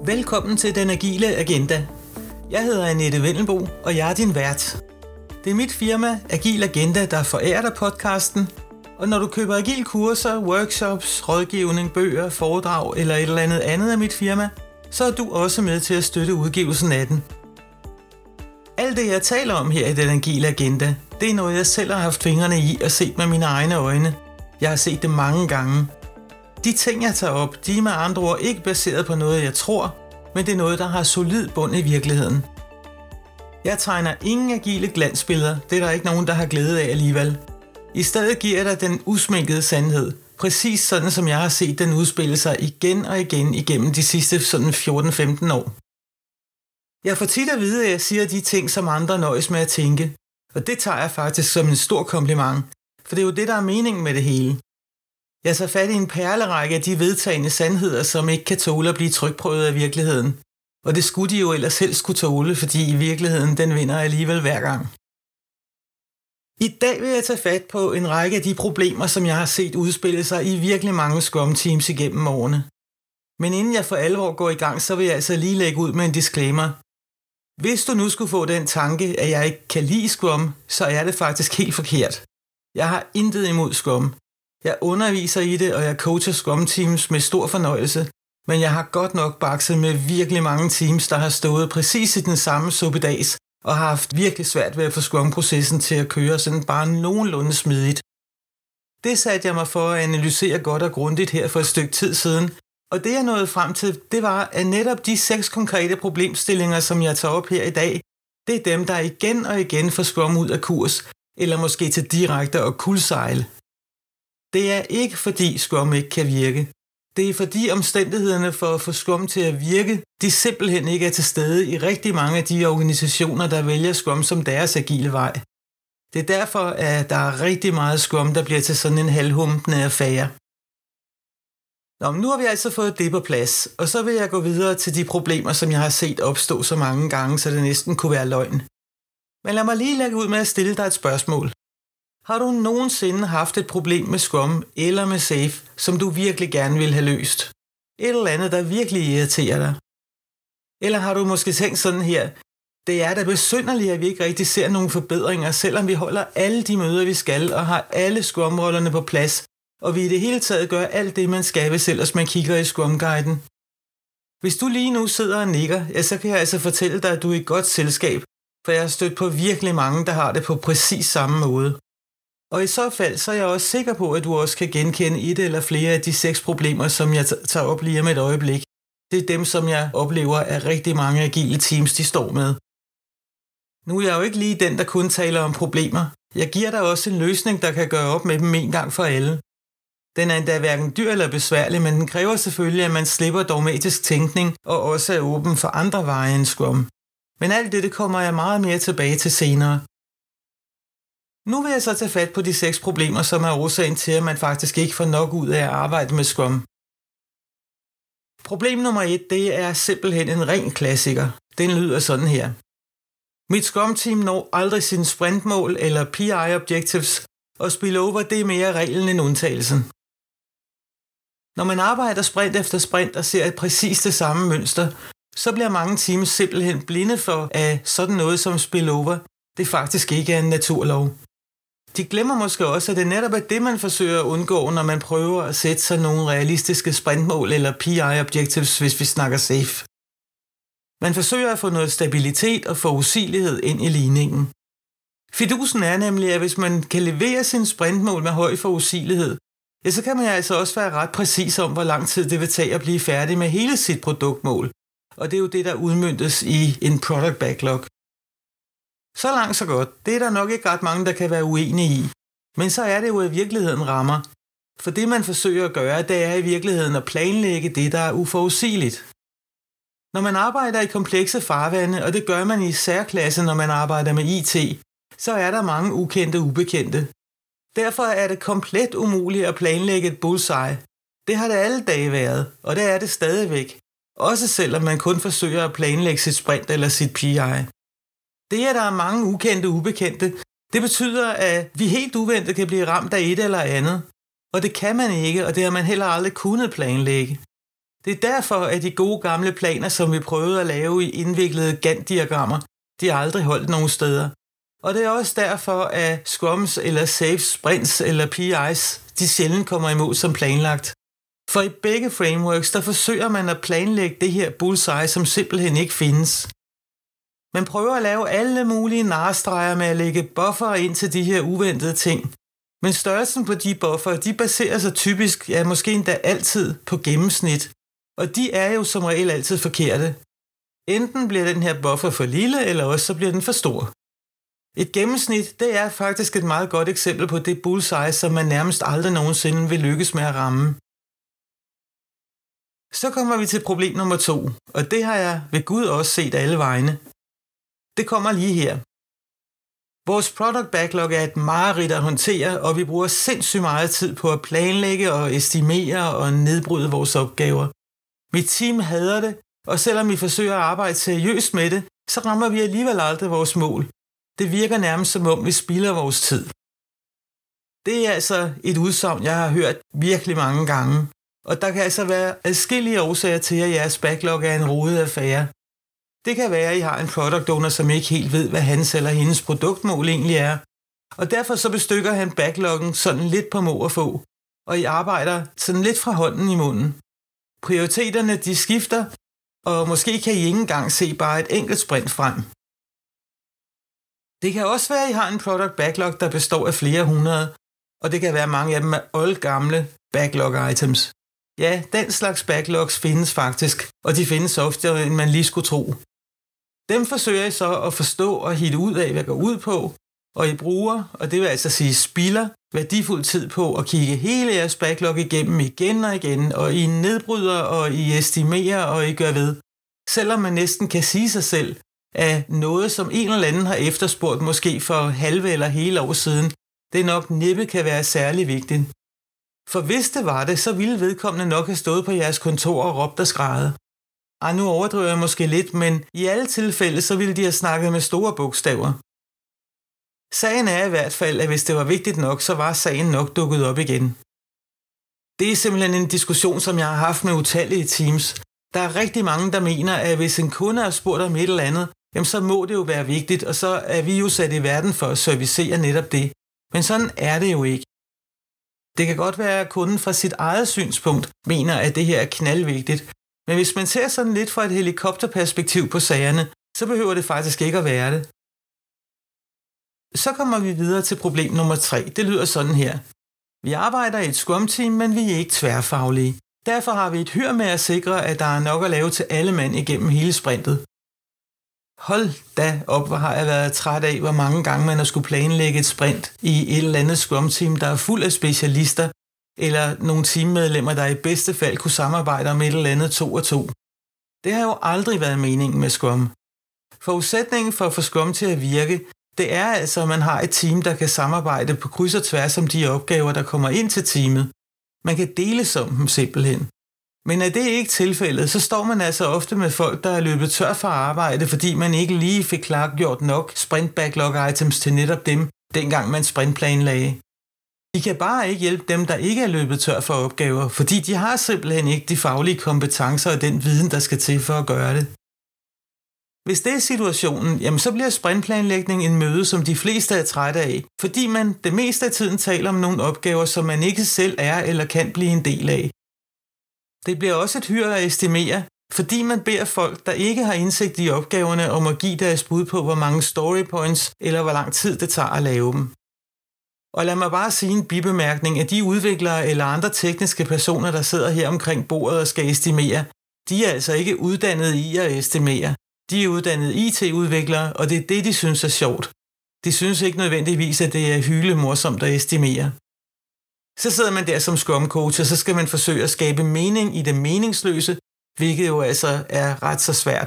Velkommen til Den Agile Agenda. Jeg hedder Annette Vendelbo, og jeg er din vært. Det er mit firma, Agil Agenda, der forærer dig podcasten, og når du køber agile kurser, workshops, rådgivning, bøger, foredrag eller et eller andet af mit firma, så er du også med til at støtte udgivelsen af den. Alt det, jeg taler om her i Den Agile Agenda, det er noget, jeg selv har haft fingrene i og set med mine egne øjne. Jeg har set det mange gange. De ting, jeg tager op, de er med andre ord ikke baseret på noget, jeg tror, men det er noget, der har solid bund i virkeligheden. Jeg tegner ingen agile glansbilleder, det er der ikke nogen, der har glæde af alligevel. I stedet giver jeg dig den usminkede sandhed, præcis sådan som jeg har set den udspille sig igen og igen igennem de sidste 14-15 år. Jeg får tit at vide, at jeg siger de ting, som andre nøjes med at tænke, og det tager jeg faktisk som en stor kompliment, for det er jo det, der er meningen med det hele. Jeg tager fat i en perlerække af de vedtagne sandheder, som ikke kan tåle at blive trykprøvet af virkeligheden. Og det skulle de jo ellers helst skulle tåle, fordi i virkeligheden den vinder alligevel hver gang. I dag vil jeg tage fat på en række af de problemer, som jeg har set udspille sig i virkelig mange Scrum Teams igennem årene. Men inden jeg for alvor går i gang, så vil jeg altså lige lægge ud med en disclaimer. Hvis du nu skulle få den tanke, at jeg ikke kan lide Scrum, så er det faktisk helt forkert. Jeg har intet imod Scrum. Jeg underviser i det, og jeg coacher Scrum Teams med stor fornøjelse, men jeg har godt nok bakset med virkelig mange teams, der har stået præcis i den samme suppedags, og har haft virkelig svært ved at få Scrum-processen til at køre sådan bare nogenlunde smidigt. Det satte jeg mig for at analysere godt og grundigt her for et stykke tid siden, og det jeg nåede frem til, det var, at netop de 6 konkrete problemstillinger, som jeg tager op her i dag, det er dem, der igen og igen får Scrum ud af kurs, eller måske til direkte at kuldsejle. Det er ikke fordi Scrum ikke kan virke. Det er fordi omstændighederne for at få Scrum til at virke, de simpelthen ikke er til stede i rigtig mange af de organisationer, der vælger Scrum som deres agile vej. Det er derfor, at der er rigtig meget Scrum, der bliver til sådan en halvhumpende affære. Nå, men nu har vi altså fået det på plads, og så vil jeg gå videre til de problemer, som jeg har set opstå så mange gange, så det næsten kunne være løgn. Men lad mig lige lægge ud med at stille dig et spørgsmål. Har du nogensinde haft et problem med Scrum eller med Safe, som du virkelig gerne vil have løst? Et eller andet, der virkelig irriterer dig? Eller har du måske tænkt sådan her, det er da besynderligt, at vi ikke rigtig ser nogen forbedringer, selvom vi holder alle de møder, vi skal, og har alle Scrum-rollerne på plads, og vi i det hele taget gør alt det, man skal, hvis ellers man kigger i Scrum-guiden. Hvis du lige nu sidder og nikker, ja, så kan jeg altså fortælle dig, at du er i godt selskab, for jeg har stødt på virkelig mange, der har det på præcis samme måde. Og i så fald, så er jeg også sikker på, at du også kan genkende et eller flere af de 6 problemer, som jeg tager op lige om et øjeblik. Det er dem, som jeg oplever, at rigtig mange agile teams, de står med. Nu er jeg jo ikke lige den, der kun taler om problemer. Jeg giver dig også en løsning, der kan gøre op med dem en gang for alle. Den er endda hverken dyr eller besværlig, men den kræver selvfølgelig, at man slipper dogmatisk tænkning og også er åben for andre veje end Scrum. Men alt det kommer jeg meget mere tilbage til senere. Nu vil jeg så tage fat på de 6 problemer, som er årsagen til, at man faktisk ikke får nok ud af at arbejde med Scrum. Problem nummer 1, det er simpelthen en ren klassiker. Den lyder sådan her. Mit Scrum-team når aldrig sine sprintmål eller PI-objectives, og spillover det er mere reglen end undtagelsen. Når man arbejder sprint efter sprint og ser præcis det samme mønster, så bliver mange teams simpelthen blinde for, at sådan noget som spillover, det faktisk ikke er en naturlov. De glemmer måske også, at det netop er det, man forsøger at undgå, når man prøver at sætte sig nogle realistiske sprintmål eller PI-objectives, hvis vi snakker safe. Man forsøger at få noget stabilitet og forudsigelighed ind i ligningen. Fidusen er nemlig, at hvis man kan levere sin sprintmål med høj forudsigelighed, ja, så kan man altså også være ret præcis om, hvor lang tid det vil tage at blive færdig med hele sit produktmål. Og det er jo det, der udmøntes i en product backlog. Så langt så godt. Det er der nok ikke ret mange, der kan være uenige i. Men så er det jo, at virkeligheden rammer. For det, man forsøger at gøre, det er i virkeligheden at planlægge det, der er uforudsigeligt. Når man arbejder i komplekse farvande, og det gør man i særklasse, når man arbejder med IT, så er der mange ukendte ubekendte. Derfor er det komplet umuligt at planlægge et bullseye. Det har det alle dage været, og det er det stadigvæk. Også selvom man kun forsøger at planlægge sit sprint eller sit PI. Det, at der er mange ukendte ubekendte, det betyder, at vi helt uventet kan blive ramt af et eller andet. Og det kan man ikke, og det har man heller aldrig kunnet planlægge. Det er derfor, at de gode gamle planer, som vi prøvede at lave i indviklede Gantt-diagrammer, de aldrig holdt nogen steder. Og det er også derfor, at Scrums eller Safe Sprints eller PIs, de sjældent kommer imod som planlagt. For i begge frameworks, der forsøger man at planlægge det her bullseye, som simpelthen ikke findes. Man prøver at lave alle mulige narestreger med at lægge buffer ind til de her uventede ting. Men størrelsen på de buffer, de baserer sig typisk, ja måske endda altid, på gennemsnit. Og de er jo som regel altid forkerte. Enten bliver den her buffer for lille, eller også så bliver den for stor. Et gennemsnit, det er faktisk et meget godt eksempel på det bullseye, som man nærmest aldrig nogensinde vil lykkes med at ramme. Så kommer vi til problem nummer 2, og det har jeg ved Gud også set alle vegne. Det kommer lige her. Vores product backlog er et mareridt at håndtere, og vi bruger sindssygt meget tid på at planlægge og estimere og nedbryde vores opgaver. Mit team hader det, og selvom vi forsøger at arbejde seriøst med det, så rammer vi alligevel aldrig vores mål. Det virker nærmest som om vi spilder vores tid. Det er altså et udsagn, jeg har hørt virkelig mange gange, og der kan altså være adskillige årsager til, at jeres backlog er en rodet affære. Det kan være, at I har en product owner, som ikke helt ved, hvad hans eller hendes produktmål egentlig er, og derfor så bestykker han backloggen sådan lidt på må og få, og I arbejder sådan lidt fra hånden i munden. Prioriteterne de skifter, og måske kan I ikke engang se bare et enkelt sprint frem. Det kan også være, at I har en product backlog, der består af flere hundrede, og det kan være mange af dem er oldgamle backlog items. Ja, den slags backlogs findes faktisk, og de findes oftere, end man lige skulle tro. Dem forsøger I så at forstå og hitte ud af, hvad går ud på, og I bruger, og det vil altså sige spilder, værdifuld tid på at kigge hele jeres backlog igennem igen og igen, og I nedbryder, og I estimerer, og I gør ved. Selvom man næsten kan sige sig selv, at noget, som en eller anden har efterspurgt måske for halve eller hele år siden, det nok næppe kan være særlig vigtigt. For hvis det var det, så ville vedkommende nok have stået på jeres kontor og råbt og skrædet. Nu overdriver jeg måske lidt, men i alle tilfælde, så ville de have snakket med store bogstaver. Sagen er i hvert fald, at hvis det var vigtigt nok, så var sagen nok dukket op igen. Det er simpelthen en diskussion, som jeg har haft med utallige teams. Der er rigtig mange, der mener, at hvis en kunde har spurgt om et eller andet, jamen så må det jo være vigtigt, og så er vi jo sat i verden for at servicere netop det. Men sådan er det jo ikke. Det kan godt være, at kunden fra sit eget synspunkt mener, at det her er knaldvigtigt, men hvis man ser sådan lidt fra et helikopterperspektiv på sagerne, så behøver det faktisk ikke at være det. Så kommer vi videre til problem nummer 3. Det lyder sådan her. Vi arbejder i et Scrum-team, men vi er ikke tværfaglige. Derfor har vi et hyr med at sikre, at der er nok at lave til alle mand igennem hele sprintet. Hold da op, hvor har jeg været træt af, hvor mange gange man har skulle planlægge et sprint i et eller andet Scrum-team, der er fuld af specialister, eller nogle teammedlemmer, der i bedste fald kunne samarbejde om et eller andet 2 og 2. Det har jo aldrig været meningen med Scrum. Forudsætningen for at få Scrum til at virke, det er altså, at man har et team, der kan samarbejde på kryds og tværs om de opgaver, der kommer ind til teamet. Man kan deles om dem simpelthen. Men er det ikke tilfældet, så står man altså ofte med folk, der er løbet tør for arbejde, fordi man ikke lige fik klargjort nok sprint backlog items til netop dem, dengang man sprintplanlagde. Vi kan bare ikke hjælpe dem, der ikke er løbet tør for opgaver, fordi de har simpelthen ikke de faglige kompetencer og den viden, der skal til for at gøre det. Hvis det er situationen, jamen så bliver sprintplanlægning en møde, som de fleste er trætte af, fordi man det meste af tiden taler om nogle opgaver, som man ikke selv er eller kan blive en del af. Det bliver også et hyr at estimere, fordi man beder folk, der ikke har indsigt i opgaverne, om at give deres bud på, hvor mange story points eller hvor lang tid det tager at lave dem. Og lad mig bare sige en bibemærkning, at de udviklere eller andre tekniske personer, der sidder her omkring bordet og skal estimere, de er altså ikke uddannet i at estimere. De er uddannede IT-udviklere, og det er det, de synes er sjovt. De synes ikke nødvendigvis, at det er hyle morsomt at estimere. Så sidder man der som Scrum Coach, og så skal man forsøge at skabe mening i det meningsløse, hvilket jo altså er ret så svært.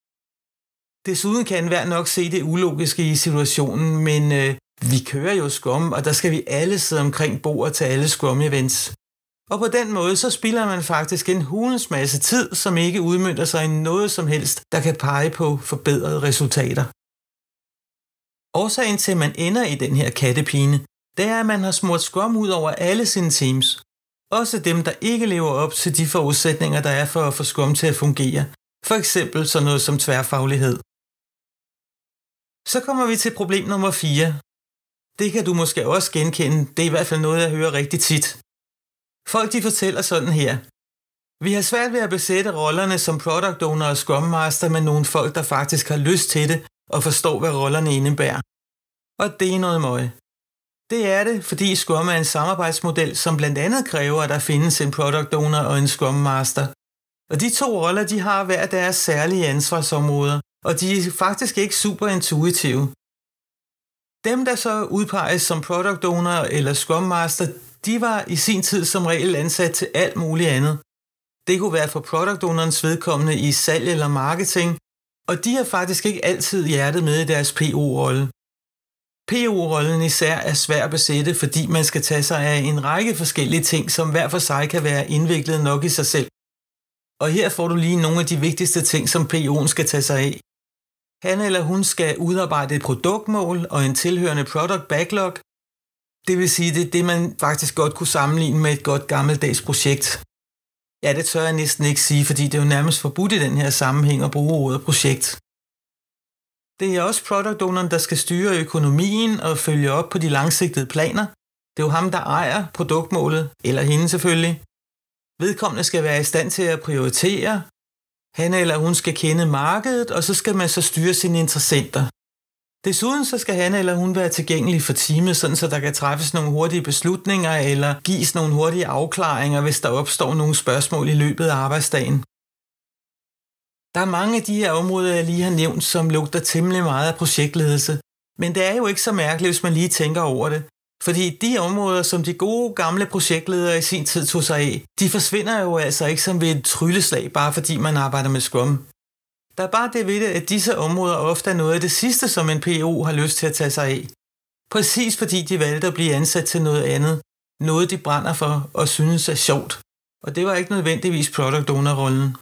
Desuden kan enhver nok se det ulogiske i situationen, men vi kører jo Scrum, og der skal vi alle sidde omkring bordet til alle Scrum-events. Og på den måde, så spilder man faktisk en hulens masse tid, som ikke udmønter sig i noget som helst, der kan pege på forbedrede resultater. Årsagen til, at man ender i den her kattepine, det er, at man har smurt Scrum ud over alle sine teams. Også dem, der ikke lever op til de forudsætninger, der er for at få Scrum til at fungere. For eksempel sådan noget som tværfaglighed. Så kommer vi til problem nummer 4. Det kan du måske også genkende. Det er i hvert fald noget, jeg hører rigtig tit. Folk de fortæller sådan her. Vi har svært ved at besætte rollerne som Product Owner og Scrum Master med nogle folk, der faktisk har lyst til det og forstår, hvad rollerne indebærer. Og det er noget møg. Det er det, fordi Scrum er en samarbejdsmodel, som blandt andet kræver, at der findes en Product Owner og en Scrum Master. Og de 2 roller, de har hver deres særlige ansvarsområder, og de er faktisk ikke super intuitive. Dem, der så udpeges som Product Owner eller Scrum Master, de var i sin tid som regel ansat til alt muligt andet. Det kunne være for Product Ownerens vedkommende i salg eller marketing, og de har faktisk ikke altid hjertet med i deres PO-rolle. PO-rollen især er svær at besætte, fordi man skal tage sig af en række forskellige ting, som hver for sig kan være indviklet nok i sig selv. Og her får du lige nogle af de vigtigste ting, som PO'en skal tage sig af. Han eller hun skal udarbejde et produktmål og en tilhørende product backlog. Det vil sige, det er det, man faktisk godt kunne sammenligne med et godt gammeldags projekt. Ja, det tør jeg næsten ikke sige, fordi det er jo nærmest forbudt i den her sammenhæng at bruge ordet projekt. Det er også product owneren, der skal styre økonomien og følge op på de langsigtede planer. Det er jo ham, der ejer produktmålet, eller hende selvfølgelig. Vedkommende skal være i stand til at prioritere. Han eller hun skal kende markedet, og så skal man så styre sine interessenter. Desuden så skal han eller hun være tilgængelig for teamet, sådan så der kan træffes nogle hurtige beslutninger eller gives nogle hurtige afklaringer, hvis der opstår nogle spørgsmål i løbet af arbejdsdagen. Der er mange af de her områder, jeg lige har nævnt, som lugter temmelig meget af projektledelse, men det er jo ikke så mærkeligt, hvis man lige tænker over det. Fordi de områder, som de gode gamle projektledere i sin tid tog sig af, de forsvinder jo altså ikke som ved et trylleslag, bare fordi man arbejder med Scrum. Der er bare det ved det, at disse områder ofte er noget af det sidste, som en PO har lyst til at tage sig af. Præcis fordi de valgte at blive ansat til noget andet. Noget de brænder for og synes er sjovt. Og det var ikke nødvendigvis product owner-rollen.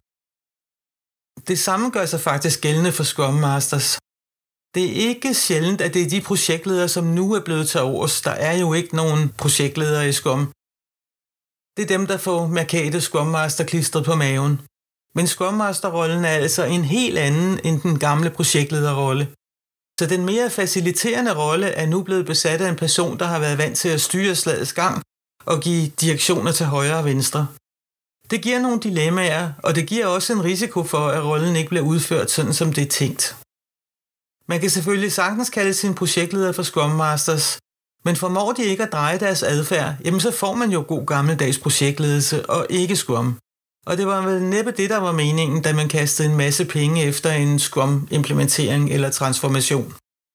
Det samme gør sig faktisk gældende for Scrum Masters. Det er ikke sjældent, at det er de projektledere, som nu er blevet til overs. Der er jo ikke nogen projektledere i Scrum. Det er dem, der får mærkatet Scrum Master klistret på maven. Men Scrum Master-rollen er altså en helt anden end den gamle projektlederrolle. Så den mere faciliterende rolle er nu blevet besat af en person, der har været vant til at styre slagets gang og give direktioner til højre og venstre. Det giver nogle dilemmaer, og det giver også en risiko for, at rollen ikke bliver udført sådan, som det er tænkt. Man kan selvfølgelig sagtens kalde sin projektleder for Scrum Masters, men formår de ikke at dreje deres adfærd, jamen så får man jo god gammeldags projektledelse og ikke Scrum. Og det var vel næppe det, der var meningen, da man kastede en masse penge efter en Scrum-implementering eller transformation.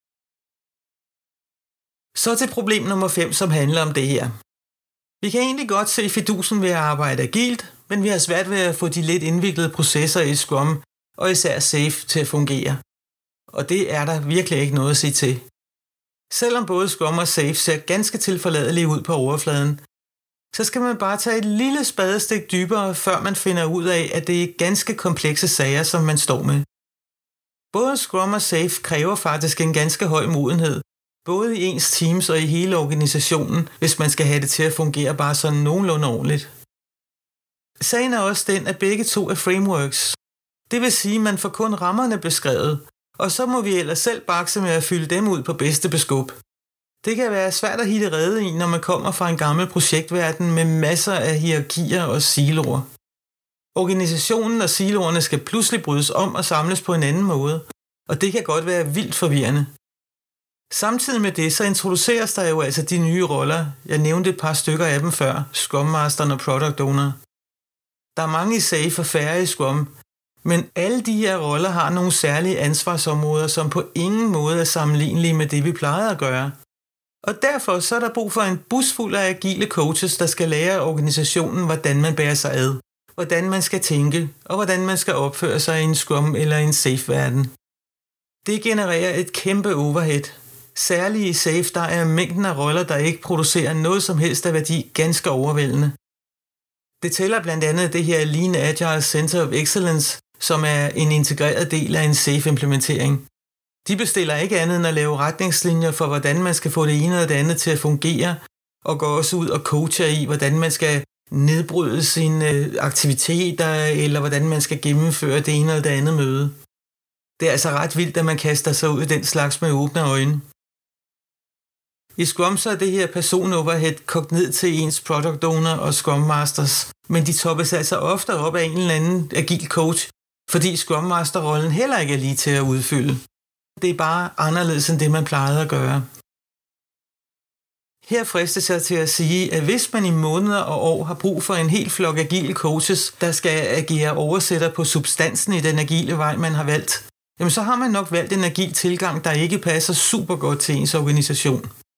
Så til problem nummer 5, som handler om det her. Vi kan egentlig godt se fidusen ved at arbejde agilt, men vi har svært ved at få de lidt indviklede processer i Scrum, og især Safe, til at fungere. Og det er der virkelig ikke noget at sige til. Selvom både Scrum og Safe ser ganske tilforladelige ud på overfladen, så skal man bare tage et lille spadestik dybere, før man finder ud af, at det er ganske komplekse sager, som man står med. Både Scrum og Safe kræver faktisk en ganske høj modenhed, både i ens teams og i hele organisationen, hvis man skal have det til at fungere bare sådan nogenlunde ordentligt. Sagen er også den, at begge to er frameworks. Det vil sige, at man får kun rammerne beskrevet, og så må vi ellers selv bakse med at fylde dem ud på bedste beskub. Det kan være svært at hitte rede i, når man kommer fra en gammel projektverden med masser af hierarkier og siloer. Organisationen og siloerne skal pludselig brydes om og samles på en anden måde, og det kan godt være vildt forvirrende. Samtidig med det, så introduceres der jo altså de nye roller. Jeg nævnte et par stykker af dem før, Scrum Masteren og Product Owner. Der er mange i Safe og færre i Scrum, men alle de her roller har nogle særlige ansvarsområder, som på ingen måde er sammenlignelige med det, vi plejede at gøre. Og derfor så er der brug for en bus fuld af agile coaches, der skal lære organisationen, hvordan man bærer sig ad, hvordan man skal tænke, og hvordan man skal opføre sig i en Scrum eller en Safe-verden. Det genererer et kæmpe overhead. Særligt i Safe, der er mængden af roller, der ikke producerer noget som helst af værdi, ganske overvældende. Det tæller blandt andet det her Lean Agile Center of Excellence, som er en integreret del af en Safe-implementering. De bestiller ikke andet end at lave retningslinjer for, hvordan man skal få det ene og det andet til at fungere, og går også ud og coacher i, hvordan man skal nedbryde sine aktiviteter, eller hvordan man skal gennemføre det ene eller det andet møde. Det er altså ret vildt, at man kaster sig ud i den slags med åbne øjne. I Scrum så er det her person-overhead kogt ned til ens product owner og Scrum Masters, men de toppes altså ofte op af en eller anden agil coach, fordi Scrum Master-rollen heller ikke er lige til at udfylde. Det er bare anderledes end det, man plejede at gøre. Her fristes jeg til at sige, at hvis man i måneder og år har brug for en hel flok agile coaches, der skal agere oversætter på substansen i den agile vej, man har valgt, jamen så har man nok valgt en agil tilgang, der ikke passer super godt til ens organisation.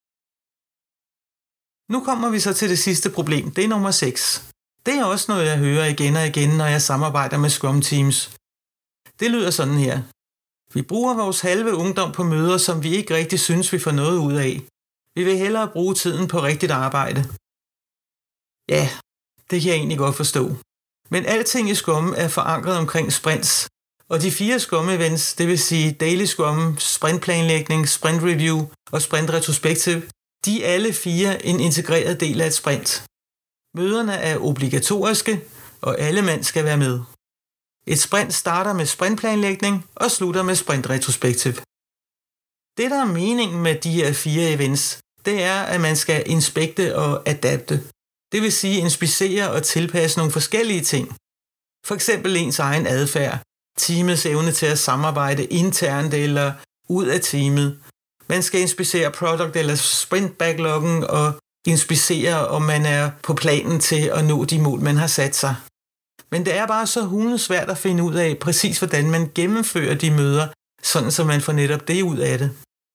Nu kommer vi så til det sidste problem. Det er nummer 6. Det er også noget, jeg hører igen og igen, når jeg samarbejder med Scrum Teams. Det lyder sådan her. Vi bruger vores halve ungdom på møder, som vi ikke rigtig synes, vi får noget ud af. Vi vil hellere bruge tiden på rigtigt arbejde. Ja, det kan jeg egentlig godt forstå. Men alting i Scrum er forankret omkring sprints. Og de 4 Scrum-events, det vil sige Daily Scrum, sprintplanlægning, sprint review og sprint retrospective, de er alle 4 en integreret del af et sprint. Møderne er obligatoriske, og alle mand skal være med. Et sprint starter med sprintplanlægning og slutter med sprint retrospective. Det, der er meningen med de her 4 events, det er, at man skal inspekte og adapte. Det vil sige inspicere og tilpasse nogle forskellige ting. For eksempel ens egen adfærd, teamets evne til at samarbejde internt eller ud af teamet. Man skal inspicere product eller sprint backloggen og inspicere, om man er på planen til at nå de mål, man har sat sig. Men det er bare så hunde svært at finde ud af præcis, hvordan man gennemfører de møder, sådan så man får netop det ud af det.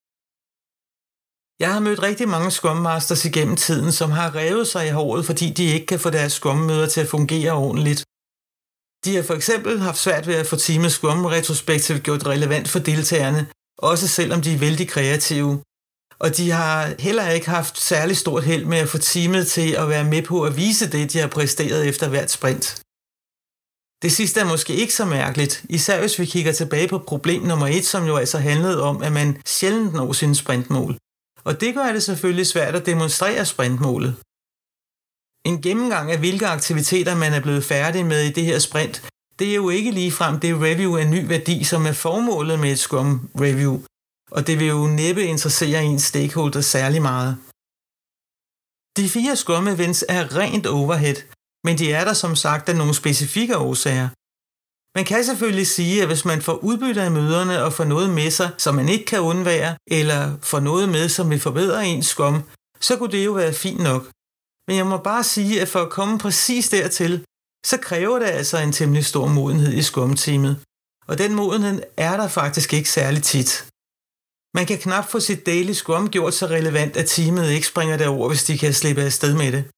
Jeg har mødt rigtig mange Scrum Masters igennem tiden, som har revet sig i håret, fordi de ikke kan få deres Scrum-møder til at fungere ordentligt. De har for eksempel haft svært ved at få teamets Scrum Retrospective gjort relevant for deltagerne, også selvom de er vældig kreative. Og de har heller ikke haft særlig stort held med at få teamet til at være med på at vise det, de har præsteret efter hvert sprint. Det sidste er måske ikke så mærkeligt, især hvis vi kigger tilbage på problem nummer 1, som jo altså handlede om, at man sjældent når sine sprintmål. Og det gør det selvfølgelig svært at demonstrere sprintmålet. En gennemgang af, hvilke aktiviteter man er blevet færdig med i det her sprint, det er jo ikke ligefrem det review af ny værdi, som er formålet med et Scrum Review, og det vil jo næppe interessere ens stakeholder særlig meget. De 4 Scrum Events er rent overhead, men de er der som sagt af nogle specifikke årsager. Man kan selvfølgelig sige, at hvis man får udbytte af møderne og får noget med sig, som man ikke kan undvære, eller får noget med, som vil forbedre ens Scrum, så kunne det jo være fint nok. Men jeg må bare sige, at for at komme præcis dertil, så kræver det altså en temmelig stor modenhed i Scrum-teamet. Og den modenhed er der faktisk ikke særlig tit. Man kan knap få sit daily Scrum gjort så relevant, at teamet ikke springer derover, hvis de kan slippe afsted med det.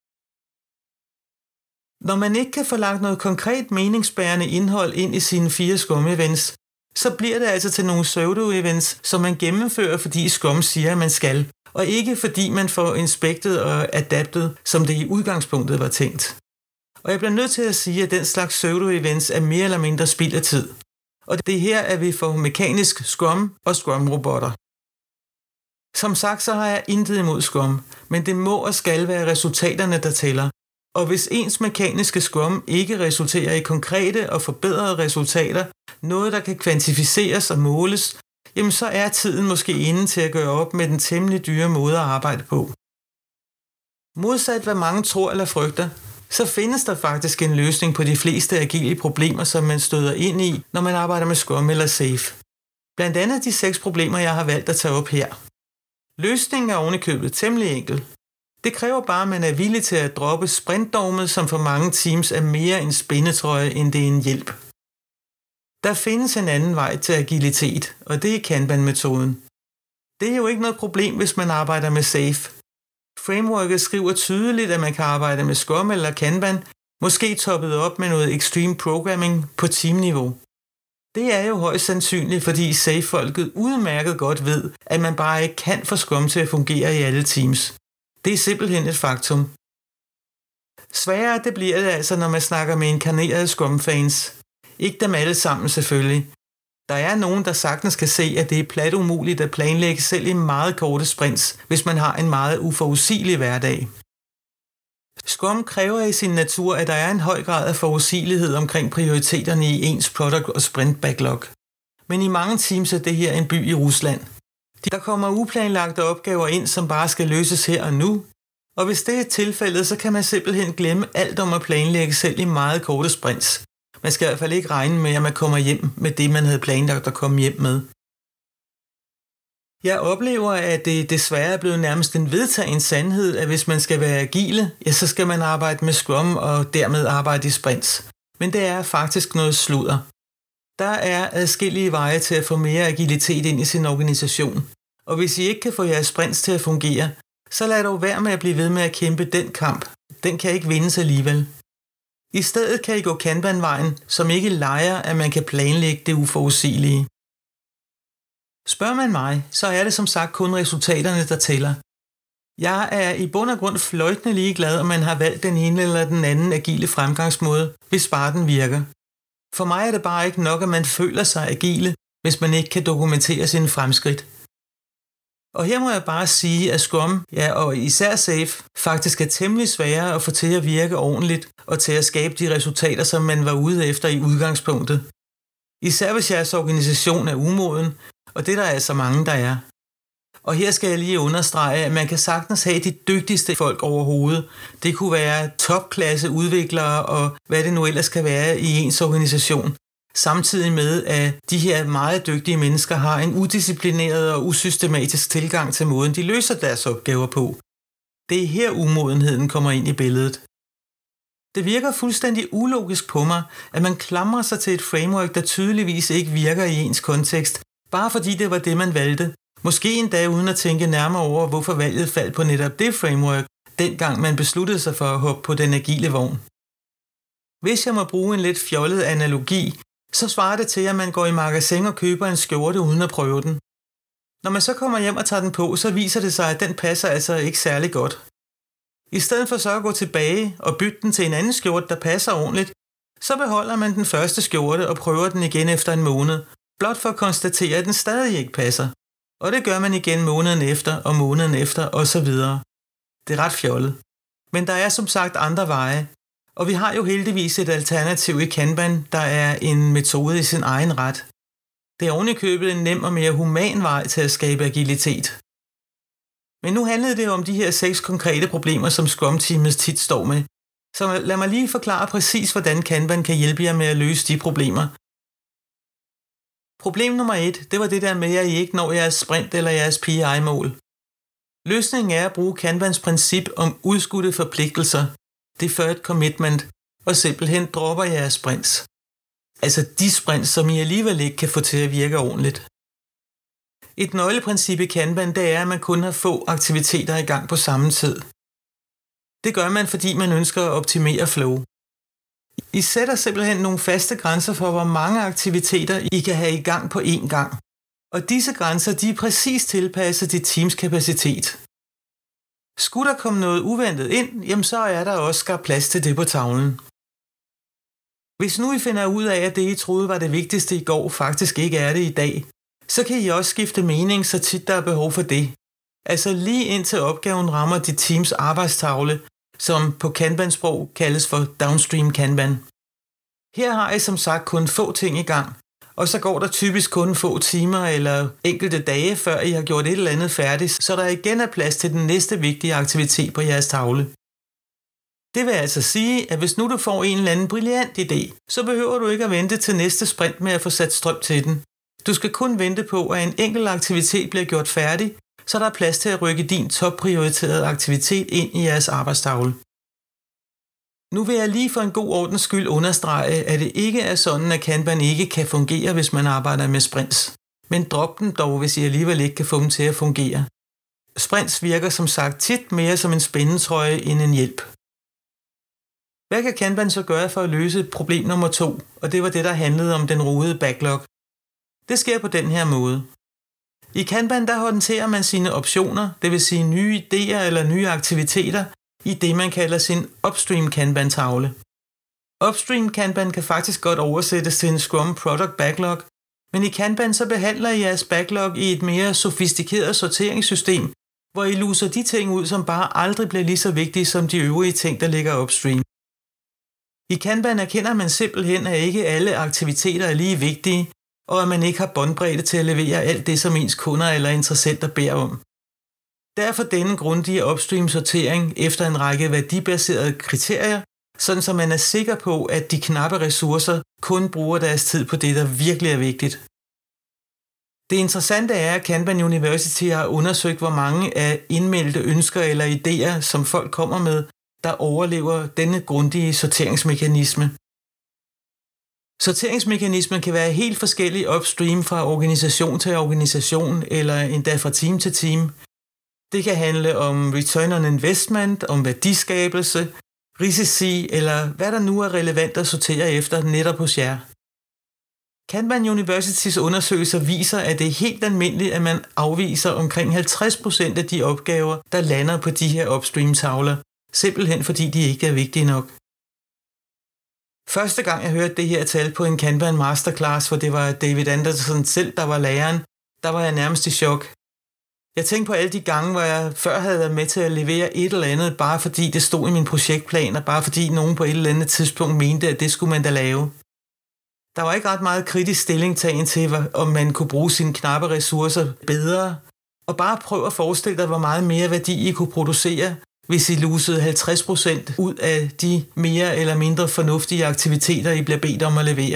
Når man ikke kan få lagt noget konkret meningsbærende indhold ind i sine 4 Scrum-events, så bliver det altså til nogle pseudo-events, som man gennemfører, fordi Scrum siger, at man skal, og ikke fordi man får inspektet og adaptet, som det i udgangspunktet var tænkt. Og jeg bliver nødt til at sige, at den slags pseudo-events er mere eller mindre spild af tid. Og det er her, at vi får mekanisk Scrum og Scrum-robotter. Som sagt, så har jeg intet imod Scrum, men det må og skal være resultaterne, der tæller. Og hvis ens mekaniske Scrum ikke resulterer i konkrete og forbedrede resultater, noget der kan kvantificeres og måles, jamen så er tiden måske inde til at gøre op med den temmelig dyre måde at arbejde på. Modsat hvad mange tror eller frygter, så findes der faktisk en løsning på de fleste agile problemer, som man støder ind i, når man arbejder med Scrum eller Safe. Blandt andet de 6 problemer, jeg har valgt at tage op her. Løsningen er ovenikøbet temmelig enkel. Det kræver bare, at man er villig til at droppe sprintdogmet, som for mange teams er mere en spændetrøje, end det er en hjælp. Der findes en anden vej til agilitet, og det er Kanban-metoden. Det er jo ikke noget problem, hvis man arbejder med Safe. Frameworket skriver tydeligt, at man kan arbejde med Scrum eller Kanban, måske toppet op med noget extreme programming på teamniveau. Det er jo højst sandsynligt, fordi Safe-folket udmærket godt ved, at man bare ikke kan få Scrum til at fungere i alle teams. Det er simpelthen et faktum. Sværere det bliver det altså, når man snakker med inkarnerede Scrum-fans. Ikke dem alle sammen selvfølgelig. Der er nogen, der sagtens kan se, at det er plat umuligt at planlægge selv i meget korte sprints, hvis man har en meget uforudsigelig hverdag. Scrum kræver i sin natur, at der er en høj grad af forudsigelighed omkring prioriteterne i ens product og sprint backlog. Men i mange teams er det her en by i Rusland. Der kommer uplanlagte opgaver ind, som bare skal løses her og nu, og hvis det er tilfældet, så kan man simpelthen glemme alt om at planlægge selv i meget korte sprints. Man skal i hvert fald ikke regne med, at man kommer hjem med det, man havde planlagt at komme hjem med. Jeg oplever, at det desværre er blevet nærmest en vedtagen sandhed, at hvis man skal være agile, ja, så skal man arbejde med Scrum og dermed arbejde i sprints. Men det er faktisk noget sludder. Der er adskillige veje til at få mere agilitet ind i sin organisation. Og hvis I ikke kan få jeres sprints til at fungere, så lad dog være med at blive ved med at kæmpe den kamp. Den kan ikke vindes alligevel. I stedet kan I gå Kanban-vejen, som ikke leger, at man kan planlægge det uforudsigelige. Spørger man mig, så er det som sagt kun resultaterne, der tæller. Jeg er i bund og grund fløjtende ligeglad, om man har valgt den ene eller den anden agile fremgangsmåde, hvis bare den virker. For mig er det bare ikke nok, at man føler sig agile, hvis man ikke kan dokumentere sine fremskridt. Og her må jeg bare sige, at Scrum, ja og især Safe, faktisk er temmelig svære at få til at virke ordentligt og til at skabe de resultater, som man var ude efter i udgangspunktet. Især hvis jeres organisation er umoden, og det der er så mange, der er. Og her skal jeg lige understrege, at man kan sagtens have de dygtigste folk overhovedet. Det kunne være topklasse udviklere og hvad det nu ellers kan være i ens organisation. Samtidig med, at de her meget dygtige mennesker har en udisciplineret og usystematisk tilgang til måden, de løser deres opgaver på. Det er her umodenheden kommer ind i billedet. Det virker fuldstændig ulogisk på mig, at man klamrer sig til et framework, der tydeligvis ikke virker i ens kontekst, bare fordi det var det, man valgte. Måske endda uden at tænke nærmere over, hvorfor valget faldt på netop det framework, dengang man besluttede sig for at hoppe på den agile vogn. Hvis jeg må bruge en lidt fjollet analogi, så svarer det til, at man går i magasin og køber en skjorte uden at prøve den. Når man så kommer hjem og tager den på, så viser det sig, at den passer altså ikke særlig godt. I stedet for så at gå tilbage og bytte den til en anden skjorte, der passer ordentligt, så beholder man den første skjorte og prøver den igen efter en måned, blot for at konstatere, at den stadig ikke passer. Og det gør man igen måneden efter osv. Det er ret fjollet. Men der er som sagt andre veje, og vi har jo heldigvis et alternativ i Kanban, der er en metode i sin egen ret. Det er ovenikøbet en nem og mere human vej til at skabe agilitet. Men nu handlede det om de her 6 konkrete problemer, som Scrum-teamet tit står med. Så lad mig lige forklare præcis, hvordan Kanban kan hjælpe jer med at løse de problemer. Problem nummer 1, det var det der med, at I ikke når jeres sprint eller jeres PI-mål. Løsningen er at bruge Kanbans princip om udskudte forpligtelser, deferred commitment, og simpelthen dropper jeres sprints. Altså de sprints, som I alligevel ikke kan få til at virke ordentligt. Et nøgleprincip i Kanban, det er, at man kun har få aktiviteter i gang på samme tid. Det gør man, fordi man ønsker at optimere flow. I sætter simpelthen nogle faste grænser for, hvor mange aktiviteter I kan have i gang på én gang. Og disse grænser, de er præcis tilpasset til teams kapacitet. Skulle der komme noget uventet ind, jamen så er der også skabt plads til det på tavlen. Hvis nu I finder ud af, at det I troede var det vigtigste i går, faktisk ikke er det i dag, så kan I også skifte mening, så tit der er behov for det. Altså lige indtil opgaven rammer dit teams arbejdstavle, som på Kanban-sprog kaldes for downstream Kanban. Her har I som sagt kun få ting i gang, og så går der typisk kun få timer eller enkelte dage, før I har gjort et eller andet færdigt, så der igen er plads til den næste vigtige aktivitet på jeres tavle. Det vil altså sige, at hvis nu du får en eller anden brilliant idé, så behøver du ikke at vente til næste sprint med at få sat strøm til den. Du skal kun vente på, at en enkelt aktivitet bliver gjort færdig, så der er plads til at rykke din topprioriterede aktivitet ind i jeres arbejdstavle. Nu vil jeg lige for en god ordens skyld understrege, at det ikke er sådan, at Kanban ikke kan fungere, hvis man arbejder med sprints. Men drop dem dog, hvis I alligevel ikke kan få dem til at fungere. Sprints virker som sagt tit mere som en spændetrøje end en hjælp. Hvad kan Kanban så gøre for at løse problem nummer 2? Og det var det, der handlede om den rodede backlog. Det sker på den her måde. I Kanban der håndterer man sine optioner, det vil sige nye idéer eller nye aktiviteter, i det man kalder sin upstream Kanban-tavle. Upstream Kanban kan faktisk godt oversættes til en Scrum Product Backlog, men i Kanban så behandler I jeres backlog i et mere sofistikeret sorteringssystem, hvor I luser de ting ud, som bare aldrig bliver lige så vigtige som de øvrige ting, der ligger upstream. I Kanban erkender man simpelthen, at ikke alle aktiviteter er lige vigtige, og at man ikke har båndbredde til at levere alt det, som ens kunder eller interessenter beder om. Derfor denne grundige upstream-sortering efter en række værdibaserede kriterier, sådan så man er sikker på, at de knappe ressourcer kun bruger deres tid på det, der virkelig er vigtigt. Det interessante er, at Kanban University har undersøgt, hvor mange af indmeldte ønsker eller idéer, som folk kommer med, der overlever denne grundige sorteringsmekanisme. Sorteringsmekanismen kan være helt forskellig upstream fra organisation til organisation eller endda fra team til team. Det kan handle om return on investment, om værdiskabelse, risici eller hvad der nu er relevant at sortere efter netop hos jer. Kanban Universitys undersøgelser viser, at det er helt almindeligt, at man afviser omkring 50% af de opgaver, der lander på de her upstream-tavler, simpelthen fordi de ikke er vigtige nok. Første gang jeg hørte det her tal på en Kanban Masterclass, hvor det var David Anderson selv, der var læreren, der var jeg nærmest i chok. Jeg tænkte på alle de gange, hvor jeg før havde været med til at levere et eller andet, bare fordi det stod i min projektplan, og bare fordi nogen på et eller andet tidspunkt mente, at det skulle man da lave. Der var ikke ret meget kritisk stillingtagen til, om man kunne bruge sine knappe ressourcer bedre, og bare prøv at forestille dig, hvor meget mere værdi I kunne producere, hvis I lusede 50% ud af de mere eller mindre fornuftige aktiviteter, I bliver bedt om at levere.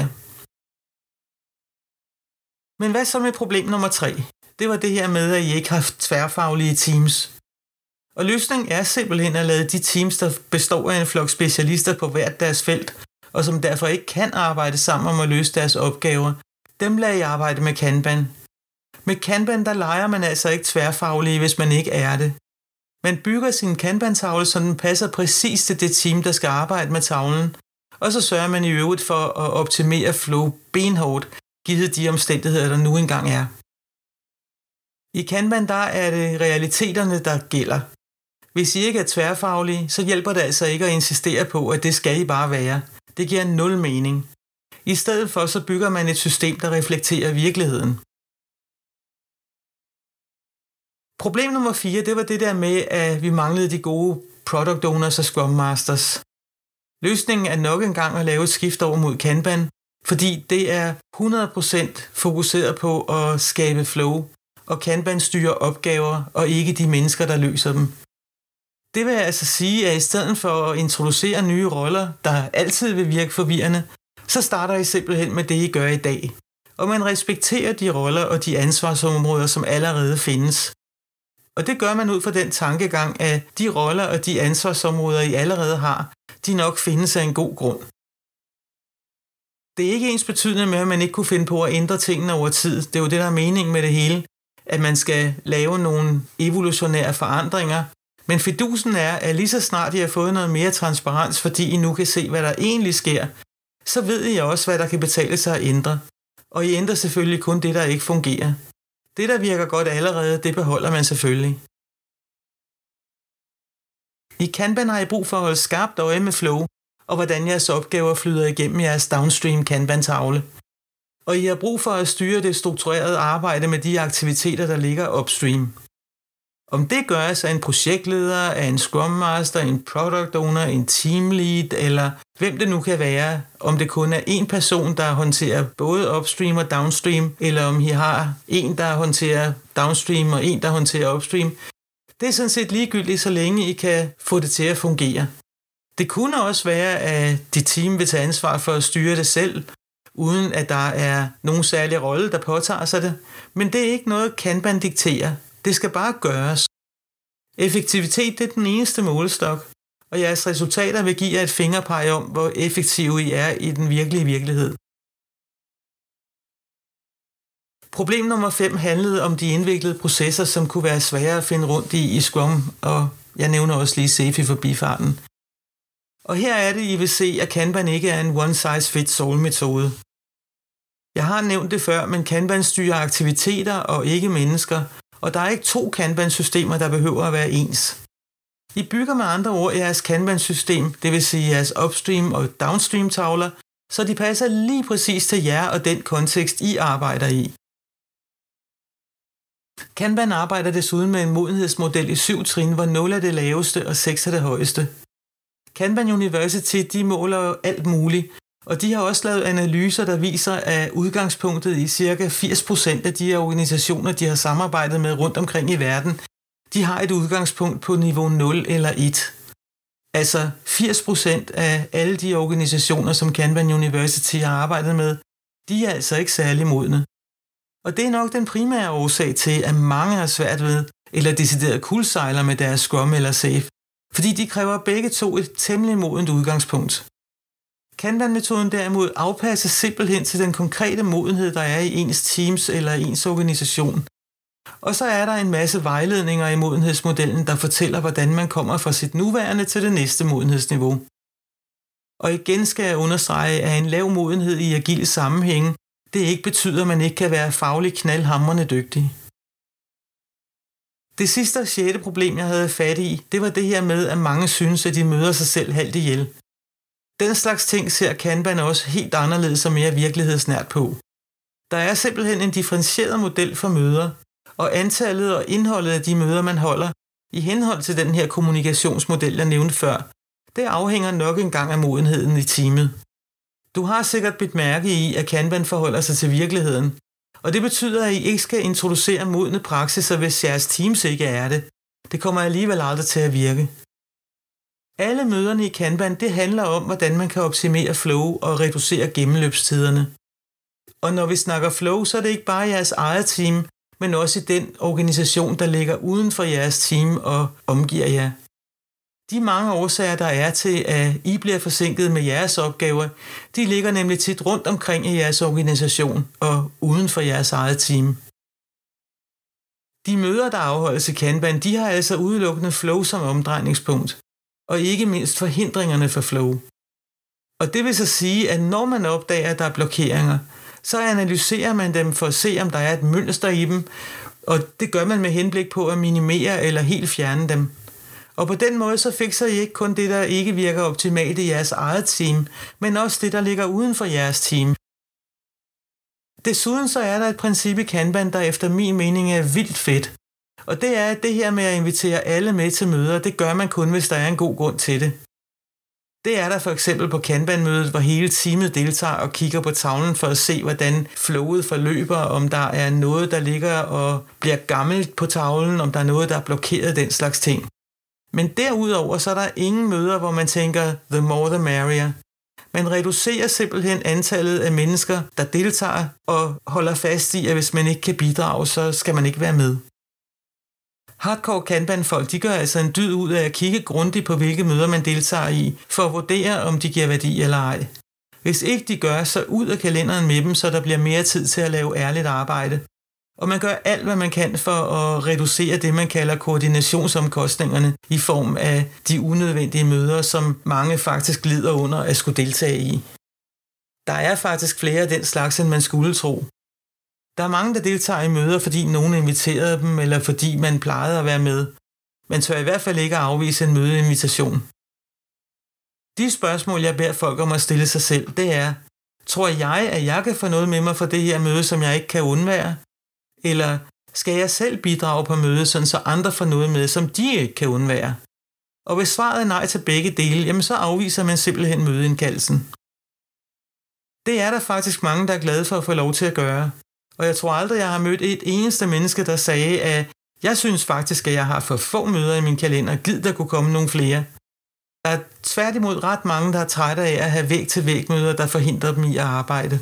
Men hvad så med problem nummer 3? Det var det her med, at I ikke har tværfaglige teams. Og løsningen er simpelthen at lade de teams, der består af en flok specialister på hvert deres felt, og som derfor ikke kan arbejde sammen om at løse deres opgaver, dem lader I arbejde med Kanban. Med Kanban, der leger man altså ikke tværfaglige, hvis man ikke er det. Man bygger sin Kanban-tavle, så den passer præcis til det team, der skal arbejde med tavlen, og så sørger man i øvrigt for at optimere flow benhårdt, givet de omstændigheder, der nu engang er. I Kanban, der er det realiteterne, der gælder. Hvis I ikke er tværfaglige, så hjælper det altså ikke at insistere på, at det skal I bare være. Det giver nul mening. I stedet for så bygger man et system, der reflekterer virkeligheden. Problem nummer 4, det var det der med, at vi manglede de gode product owners og scrum masters. Løsningen er nok engang at lave et skift over mod Kanban, fordi det er 100% fokuseret på at skabe flow, og Kanban styrer opgaver, og ikke de mennesker, der løser dem. Det vil altså sige, at i stedet for at introducere nye roller, der altid vil virke forvirrende, så starter I simpelthen med det, I gør i dag. Og man respekterer de roller og de ansvarsområder, som allerede findes. Og det gør man ud fra den tankegang, at de roller og de ansvarsområder, I allerede har, de nok findes af en god grund. Det er ikke ens betydende med, at man ikke kunne finde på at ændre tingene over tid. Det er jo det, der er meningen med det hele, at man skal lave nogle evolutionære forandringer. Men fidusen er, at lige så snart I har fået noget mere transparens, fordi I nu kan se, hvad der egentlig sker, så ved I også, hvad der kan betale sig at ændre. Og I ændrer selvfølgelig kun det, der ikke fungerer. Det, der virker godt allerede, det beholder man selvfølgelig. I Kanban har I brug for at holde skarpt øje med flow, og hvordan jeres opgaver flyder igennem jeres downstream Kanban-tavle. Og I har brug for at styre det strukturerede arbejde med de aktiviteter, der ligger upstream. Om det gøres af en projektleder, af en scrum master, en product owner, en team lead, eller hvem det nu kan være, om det kun er en person, der håndterer både upstream og downstream, eller om I har en, der håndterer downstream og en, der håndterer upstream. Det er sådan set ligegyldigt, så længe I kan få det til at fungere. Det kunne også være, at dit team vil tage ansvar for at styre det selv, uden at der er nogen særlig rolle, der påtager sig det. Men det er ikke noget, Kanban dikterer. Det skal bare gøres. Effektivitet, det er den eneste målestok, og jeres resultater vil give jer et fingerpeg om, hvor effektive I er i den virkelige virkelighed. Problem nummer 5 handlede om de indviklede processer, som kunne være svære at finde rundt i Scrum, og jeg nævner også lige SAFe i forbifarten. Og her er det, I vil se, at Kanban ikke er en one-size-fits-all-metode. Jeg har nævnt det før, men Kanban styrer aktiviteter og ikke mennesker, og der er ikke 2 Kanban-systemer, der behøver at være ens. I bygger med andre ord jeres Kanban-system, det vil sige jeres upstream og downstream tavler, så de passer lige præcis til jer og den kontekst, I arbejder i. Kanban arbejder desuden med en modenhedsmodel i 7 trin, hvor 0 er det laveste og 6 er det højeste. Kanban University, de måler jo alt muligt, og de har også lavet analyser, der viser, at udgangspunktet i ca. 80% af de her organisationer, de har samarbejdet med rundt omkring i verden, de har et udgangspunkt på niveau 0 eller 1. Altså 80% af alle de organisationer, som Kanban University har arbejdet med, de er altså ikke særlig modne. Og det er nok den primære årsag til, at mange har svært ved, eller decideret kuldsejler med deres Scrum eller Safe, fordi de kræver begge to et temmelig modent udgangspunkt. Kanban-metoden derimod afpasses simpelthen til den konkrete modenhed, der er i ens teams eller ens organisation. Og så er der en masse vejledninger i modenhedsmodellen, der fortæller, hvordan man kommer fra sit nuværende til det næste modenhedsniveau. Og igen skal jeg understrege, at en lav modenhed i agile sammenhænge, det ikke betyder, at man ikke kan være fagligt knaldhamrende dygtig. Det sidste og 6. problem, jeg havde fat i, det var det her med, at mange synes, at de møder sig selv halvt ihjel. Den slags ting ser Kanban også helt anderledes og mere virkelighedsnært på. Der er simpelthen en differentieret model for møder, og antallet og indholdet af de møder, man holder, i henhold til den her kommunikationsmodel, jeg nævnte før, det afhænger nok engang af modenheden i teamet. Du har sikkert bidt mærke i, at Kanban forholder sig til virkeligheden, og det betyder, at I ikke skal introducere modne praksiser, hvis jeres teams ikke er det. Det kommer alligevel aldrig til at virke. Alle møderne i Kanban, det handler om, hvordan man kan optimere flow og reducere gennemløbstiderne. Og når vi snakker flow, så er det ikke bare jeres eget team, men også i den organisation, der ligger uden for jeres team og omgiver jer. De mange årsager, der er til, at I bliver forsinket med jeres opgaver, de ligger nemlig tit rundt omkring i jeres organisation og uden for jeres eget team. De møder, der afholdes i Kanban, de har altså udelukkende flow som omdrejningspunkt, og ikke mindst forhindringerne for flow. Og det vil så sige, at når man opdager, at der er blokeringer, så analyserer man dem for at se, om der er et mønster i dem, og det gør man med henblik på at minimere eller helt fjerne dem. Og på den måde så fikser I ikke kun det, der ikke virker optimalt i jeres eget team, men også det, der ligger uden for jeres team. Desuden så er der et princip i Kanban, der efter min mening er vildt fedt. Og det er, at det her med at invitere alle med til møder, det gør man kun, hvis der er en god grund til det. Det er der for eksempel på Kanban-mødet, hvor hele teamet deltager og kigger på tavlen for at se, hvordan flowet forløber, om der er noget, der ligger og bliver gammelt på tavlen, om der er noget, der er blokeret, den slags ting. Men derudover så er der ingen møder, hvor man tænker, the more the merrier. Man reducerer simpelthen antallet af mennesker, der deltager og holder fast i, at hvis man ikke kan bidrage, så skal man ikke være med. Hardcore Kanban-folk, de gør altså en dyd ud af at kigge grundigt på, hvilke møder man deltager i, for at vurdere, om de giver værdi eller ej. Hvis ikke de gør, så ud af kalenderen med dem, så der bliver mere tid til at lave ærligt arbejde. Og man gør alt, hvad man kan for at reducere det, man kalder koordinationsomkostningerne i form af de unødvendige møder, som mange faktisk lider under at skulle deltage i. Der er faktisk flere af den slags, end man skulle tro. Der er mange, der deltager i møder, fordi nogen inviterede dem, eller fordi man plejede at være med. Man tør i hvert fald ikke at afvise en mødeinvitation. De spørgsmål, jeg beder folk om at stille sig selv, det er, tror jeg, at jeg kan få noget med mig fra det her møde, som jeg ikke kan undvære? Eller skal jeg selv bidrage på mødet, så andre får noget med, som de ikke kan undvære? Og hvis svaret er nej til begge dele, jamen så afviser man simpelthen mødeindkaldelsen. Det er der faktisk mange, der er glade for at få lov til at gøre. Og jeg tror aldrig, jeg har mødt et eneste menneske, der sagde, at jeg synes faktisk, at jeg har for få møder i min kalender. Gid der kunne komme nogle flere. Der er tværtimod ret mange, der er trætte af at have væg-til-væg-møder, der forhindrer dem i at arbejde.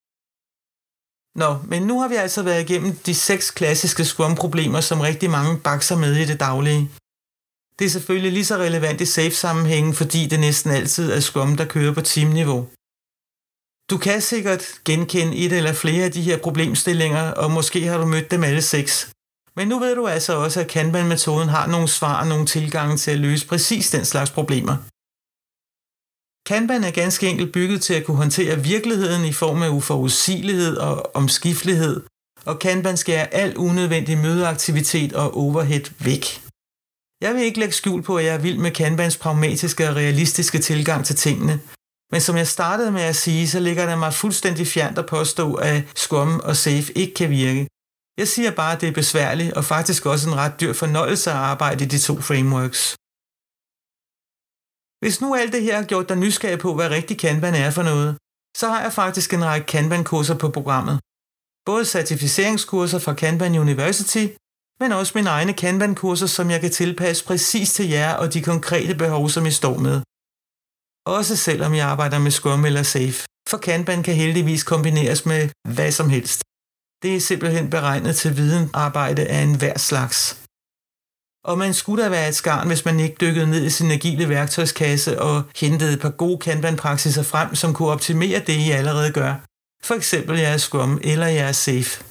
Nå, men nu har vi altså været igennem de 6 klassiske Scrum-problemer, som rigtig mange bakser med i det daglige. Det er selvfølgelig lige så relevant i safe-sammenhængen, fordi det næsten altid er Scrum, der kører på teamniveau. Du kan sikkert genkende et eller flere af de her problemstillinger, og måske har du mødt dem alle 6. Men nu ved du altså også, at Kanban-metoden har nogle svar og nogle tilgange til at løse præcis den slags problemer. Kanban er ganske enkelt bygget til at kunne håndtere virkeligheden i form af uforudsigelighed og omskiftelighed, og Kanban skærer al unødvendig mødeaktivitet og overhead væk. Jeg vil ikke lægge skjul på, at jeg er vild med Kanbans pragmatiske og realistiske tilgang til tingene, men som jeg startede med at sige, så ligger det mig fuldstændig fjernt at påstå, at Scrum og Safe ikke kan virke. Jeg siger bare, at det er besværligt og faktisk også en ret dyr fornøjelse at arbejde i de to frameworks. Hvis nu alt det her har gjort dig nysgerrig på, hvad rigtig Kanban er for noget, så har jeg faktisk en række Kanban-kurser på programmet. Både certificeringskurser fra Kanban University, men også mine egne Kanban-kurser, som jeg kan tilpasse præcis til jer og de konkrete behov, som I står med. Også selvom jeg arbejder med Scrum eller Safe, for Kanban kan heldigvis kombineres med hvad som helst. Det er simpelthen beregnet til videnarbejde af enhver slags. Og man skulle da være et skarn, hvis man ikke dykkede ned i sin agile værktøjskasse og hentede et par gode Kanban-praksiser frem, som kunne optimere det, I allerede gør. For eksempel jeres Scrum eller jeres Safe.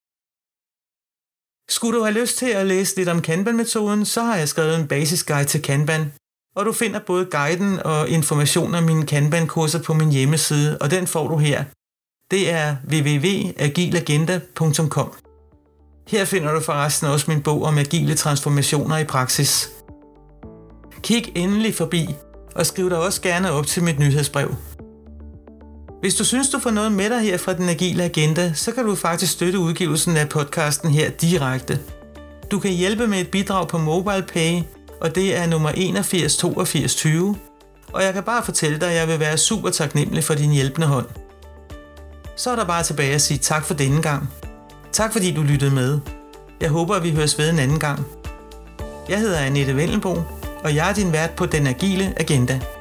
Skulle du have lyst til at læse lidt om Kanban-metoden, så har jeg skrevet en basisguide til Kanban, og du finder både guiden og information om mine Kanban-kurser på min hjemmeside, og den får du her. Det er www.agilagenda.com. Her finder du forresten også min bog om agile transformationer i praksis. Kig endelig forbi, og skriv dig også gerne op til mit nyhedsbrev. Hvis du synes, du får noget med dig her fra den agile agenda, så kan du faktisk støtte udgivelsen af podcasten her direkte. Du kan hjælpe med et bidrag på MobilePay, og det er nummer 818220, og jeg kan bare fortælle dig, at jeg vil være super taknemmelig for din hjælpende hånd. Så er der bare tilbage at sige tak for denne gang. Tak fordi du lyttede med. Jeg håber, at vi høres ved en anden gang. Jeg hedder Annette Vendelbo, og jeg er din vært på Den Agile Agenda.